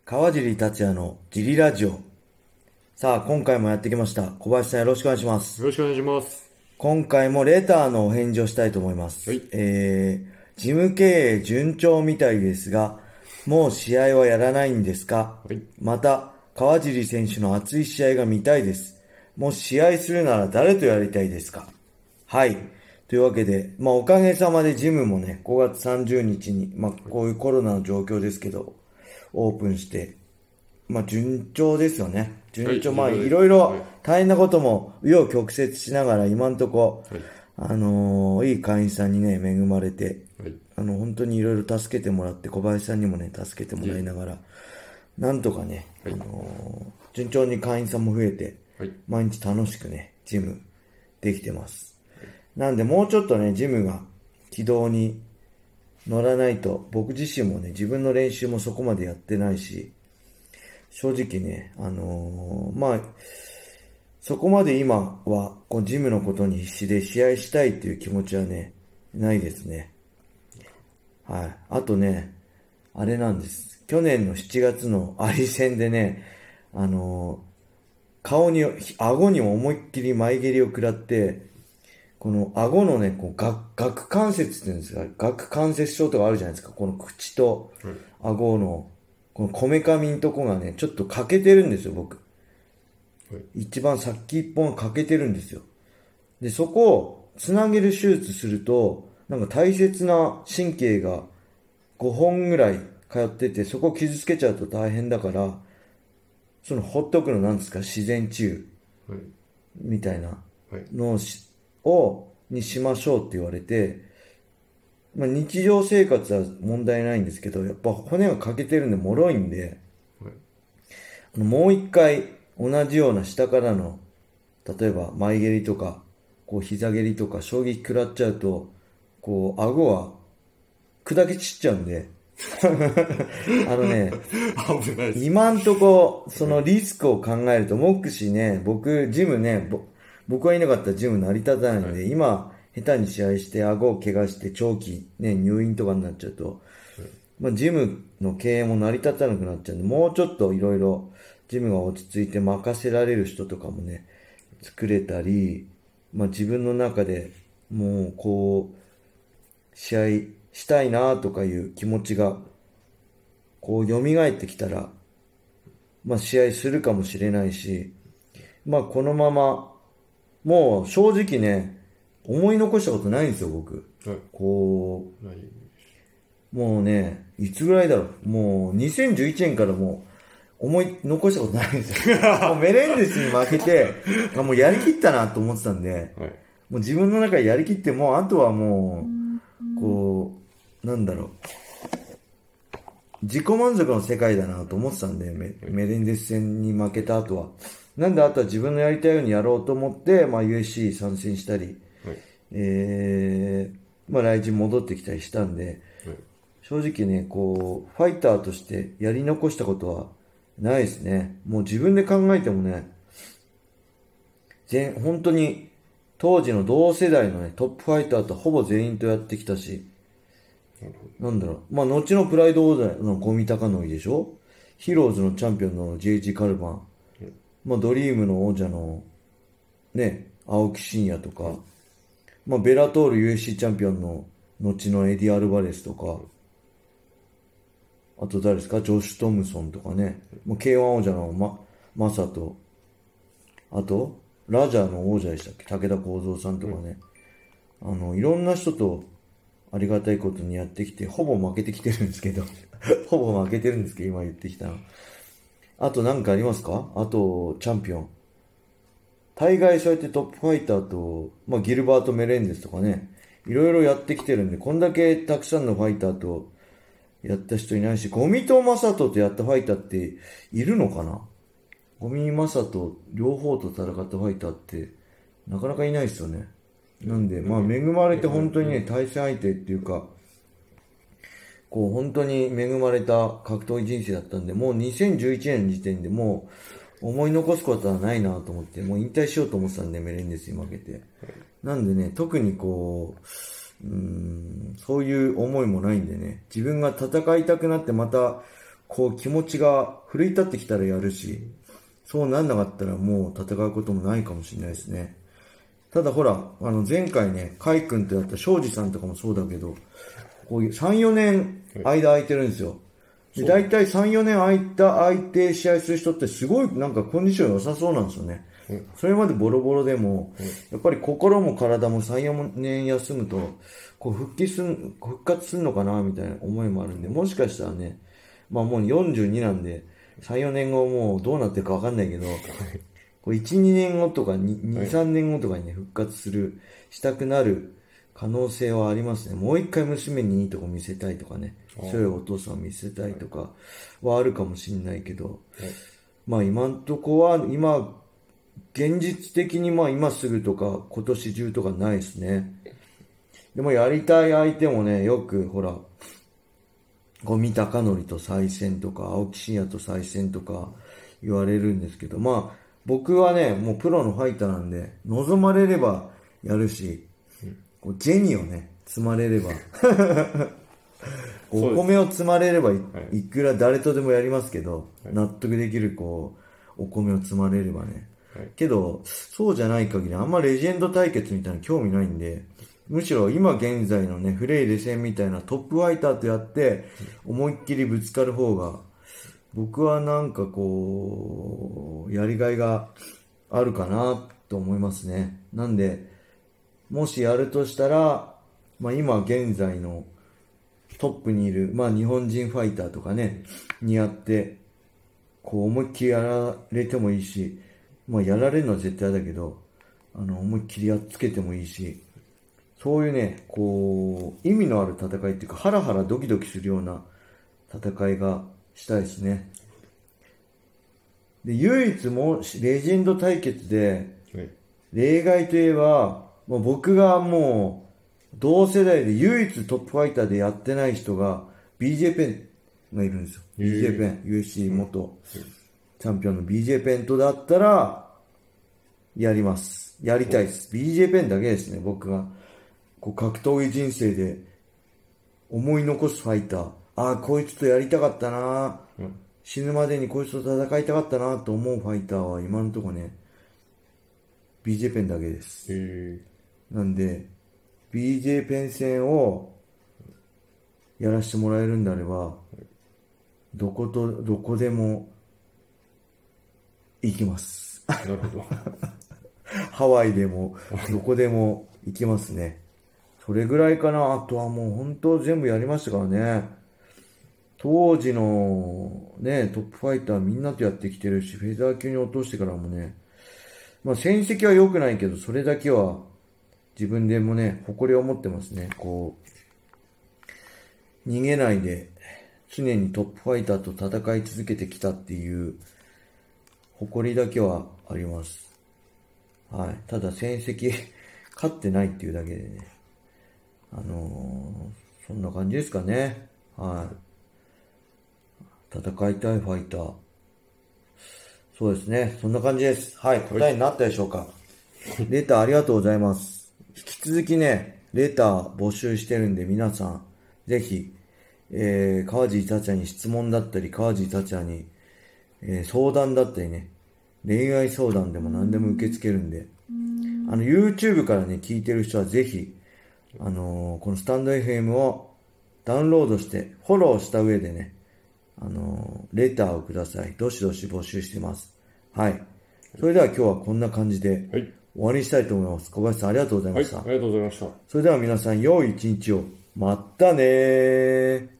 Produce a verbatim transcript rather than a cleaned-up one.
川尻達也のジリラジオ。さあ、今回もやってきました。小林さんよろしくお願いします。 よろしくお願いします。 今回もレターのお返事をしたいと思います。 はい。 えー、事務経営順調みたいですが、もう試合はやらないんですか？ はい。 また、川尻選手の熱い試合が見たいです。もし試合するなら誰とやりたいですか？はい。というわけで、まあおかげさまでジムもね、ごがつさんじゅうにちにちに、まあはい。 こういうコロナの状況ですけど、オープンして、まあ順調ですよね。 はい。 順調。まあ順調です。 いろいろはい。 大変なことも紆余曲折しながら今んとこ、 はい。 あのーいい会員さんにね、恵まれて、 はい。 あの、本当にいろいろ助けてもらって、小林さんにもね、助けてもいえいえ。 らいながら、なんとかね、あはい。 のー順調に会員さんも増えて、 はい。 毎日楽しくね、ジムできてます。 はい。 なんでもうちょっとね、ジムが軌道に乗らないと、僕自身もね、自分の練習もそこまでやってないし、正直ね、あのーまあ、そこまで今は、こう、ジムのことに必死で試合したいっていう気持ちはね、ないですね。はい。あとね、あれなんです。去年のしちがつのアリ戦でね、あのー顔に、顎にも思いっきり前蹴りを食らって、この顎のね、こう、顎、顎関節っていうんですか、顎関節症とかあるじゃないですか。この口とはい。 顎の、このこめかみのとこがね、ちょっと欠けてるんですよ、僕。 はい。 一番先っぽが欠けてるんですよ。で、そこをつなげる手術すると、なんか大切な神経がごほんぐらい通ってて、そこを傷つけちゃうと大変だから、そのほっとくのなんですか、自然治癒はい。 みたいなはい。 のをし、をにしましょうって言われて、まあ、日常生活は問題ないんですけど、やっぱ骨が欠けてるんで脆いんで、 はい。 あのもう一回同じような下からの、例えば前蹴りとか、こう膝蹴りとか衝撃食らっちゃうと、こう顎は砕け散っちゃうんで、あのね、 危ないです。 今んとこ、そはい。 のリスクを考えると、目視ね、僕、ジムね、ぼ僕がいなかったらジム成り立たないはい。 んで、今、下手に試合して顎を怪我して長期、ね、入院とかになっちゃうと、 はい。 まあ、ジムの経営も成り立たなくなっちゃうんで、もうちょっといろいろ、ジムが落ち着いて任せられる人とかもね、作れたり、まあ、自分の中でもう、こう、試合したいなとかいう気持ちが、こう、蘇ってきたら、まあ、試合するかもしれないし、まあ、このまま、もう正直ね、思い残したことないんですよ、僕。 はい。 こ何？ う、もうね、いつぐらいだろう。もうにせんじゅういちねんからもう思い残したことないんですよ。もうメレンデスに負けて、あ、もうやりきったなと思ってたんで、 はい。 もう自分の中でやりきって、もうあとはもう、こう、なんだろう。自己満足の世界だなと思ってたんで、メ、 はい。 メレンデス戦に負けた後は。なんであとは自分のやりたいようにやろうと思って、まあ ユーエフシー 参戦したり、 はい。 えー、まあ来日戻ってきたりしたんで、 はい。 正直ね、こう、ファイターとしてやり残したことはないですね。もう自分で考えてもね、全、本当に当時の同世代のね、トップファイターとほぼ全員とやってきたし、 なるほど。 なんだろう。まあ、後のプライド王者の五味隆則でしょ？ヒーローズのチャンピオンの ジェイジー カルバン。 はい。 まあ、ドリームの王者のね、青木真也とか。 はい。 まあ、ベラトール ユーエフシー チャンピオンの後のエディ・アルバレスとか。あと誰ですか？ジョシュ・トムソンとかね。もう ケーワン 王者のマ、マサと。あと、ラジャーの王者でしたっけ？武田幸三さんとはい。 かね。あの、いろんな人とありがたいことにやってきて、ほぼ負けてきてるんですけど。ほぼ負けてるんですけど、今言ってきたの。あと何かありますか？あと、チャンピオン。大概そうやってトップファイターと、まあ、ギルバート・メレンデスとかね、いろいろやってきてるんで、こんだけたくさんのファイターとやった人いないし、ゴミとマサトとやったファイターっているのかな？ゴミマサト両方と戦ったファイターってなかなかいないですよね。なんで、まあね。 恵まれてはい。 本当にね、 うん。 対戦相手っていうか、こう本当に恵まれた格闘技人生だったんで、もうにせんじゅういちねんの時点でもう思い残すことはないなと思って、もう引退しようと思ってたんで、メレンデスに負けて。 はい。 なんでね、特にこう、うーん、そういう思いもないんでね、自分が戦いたくなってまたこう気持ちが奮い立ってきたらやるし、そうなんなかったらもう戦うこともないかもしれないですね。ただほら、あの前回ね、カイ君とやった庄司さんとかもそうだけど、こういうさん、よねん間空いてるんですよ。で、大体さん、よねん空いた空いて試合する人ってすごいなんかコンディション良さそうなんですよね。それまでボロボロでも、やっぱり心も体もさん、よねん休むと、こう復帰すん、復活するのかなみたいな思いもあるんで、もしかしたらね、まあもうよんじゅうになんで、さん、よねんごもうどうなってるかわかんないけど、こういち、にねんごとかに、さんねんごとかにね、復活する、したくなる可能性はありますね。もう一回娘にいいとこ見せたいとかね、そういうお父さんを見せたいとかはあるかもしれないけど、まあ今んとこは、今、現実的にまあ今すぐとか今年中とかないですね。でもやりたい相手もね、よくほら、五味隆則と再戦とか、青木真也と再戦とか言われるんですけど、まあ僕はね、もうプロのファイターなんで、望まれればやるし、こうジェニーをね、積まれれば、お米を積まれれば い,、はい、いくら誰とでもやりますけど、はい、納得できるこう、お米を積まれればね。はい、けど、そうじゃない限りあんまレジェンド対決みたいな興味ないんで、むしろ今現在のね、フレイレ戦みたいなトップファイターとやって、思いっきりぶつかる方が、僕はなんかこう、やりがいがあるかなと思いますね。なんで、もしやるとしたら、まあ今現在のトップにいる、まあ日本人ファイターとかね、にやって、こう思いっきりやられてもいいし、まあやられるのは絶対だけど、あの思いっきりやっつけてもいいし、そういうね、こう、意味のある戦いっていうか、ハラハラドキドキするような戦いがしたいですね。で、唯一もレジェンド対決で、例外といえば、もう僕がもう、同世代で唯一トップファイターでやってない人が、ビージェー ペンがいるんですよ。ビージェー ペン、ユーエフシー 元チャンピオンの ビージェー ペンとだったら、やります。やりたいです。ビージェー ペンだけですね、僕が。こう格闘技人生で思い残すファイター。ああ、こいつとやりたかったな、うん、死ぬまでにこいつと戦いたかったなと思うファイターは今のところね、ビージェー ペンだけです。 へなんで、ビージェー ペン戦をやらせてもらえるんであれば、どこと、どこでも行きます。 なるほど。 ハワイでも、どこでも行きますね。それぐらいかな。あとはもう本当全部やりましたからね。当時のね、トップファイターみんなとやってきてるし、フェザー級に落としてからもね、まあ戦績は良くないけど、それだけは自分でもね、誇りを持ってますね。こう、逃げないで、常にトップファイターと戦い続けてきたっていう誇りだけはあります。はい。ただ戦績、勝ってないっていうだけでね。あのー、そんな感じですかね。はい。戦いたいファイター。そうですね。そんな感じです。はい。答えになったでしょうか。レターありがとうございます。引き続きね、レター募集してるんで、皆さん、ぜひ、えー、川尻達也に質問だったり、川尻達也に、えー、相談だったりね、恋愛相談でも何でも受け付けるんで、あの、YouTube からね、聞いてる人はぜひ、あのー、このスタンド エフエム をダウンロードして、フォローした上でね、あのー、レターをください。どしどし募集してます。はい。それでは今日はこんな感じで終わりにしたいと思います。小林さんありがとうございました。 はい、ありがとうございました。 それでは皆さん良い一日を。またねー。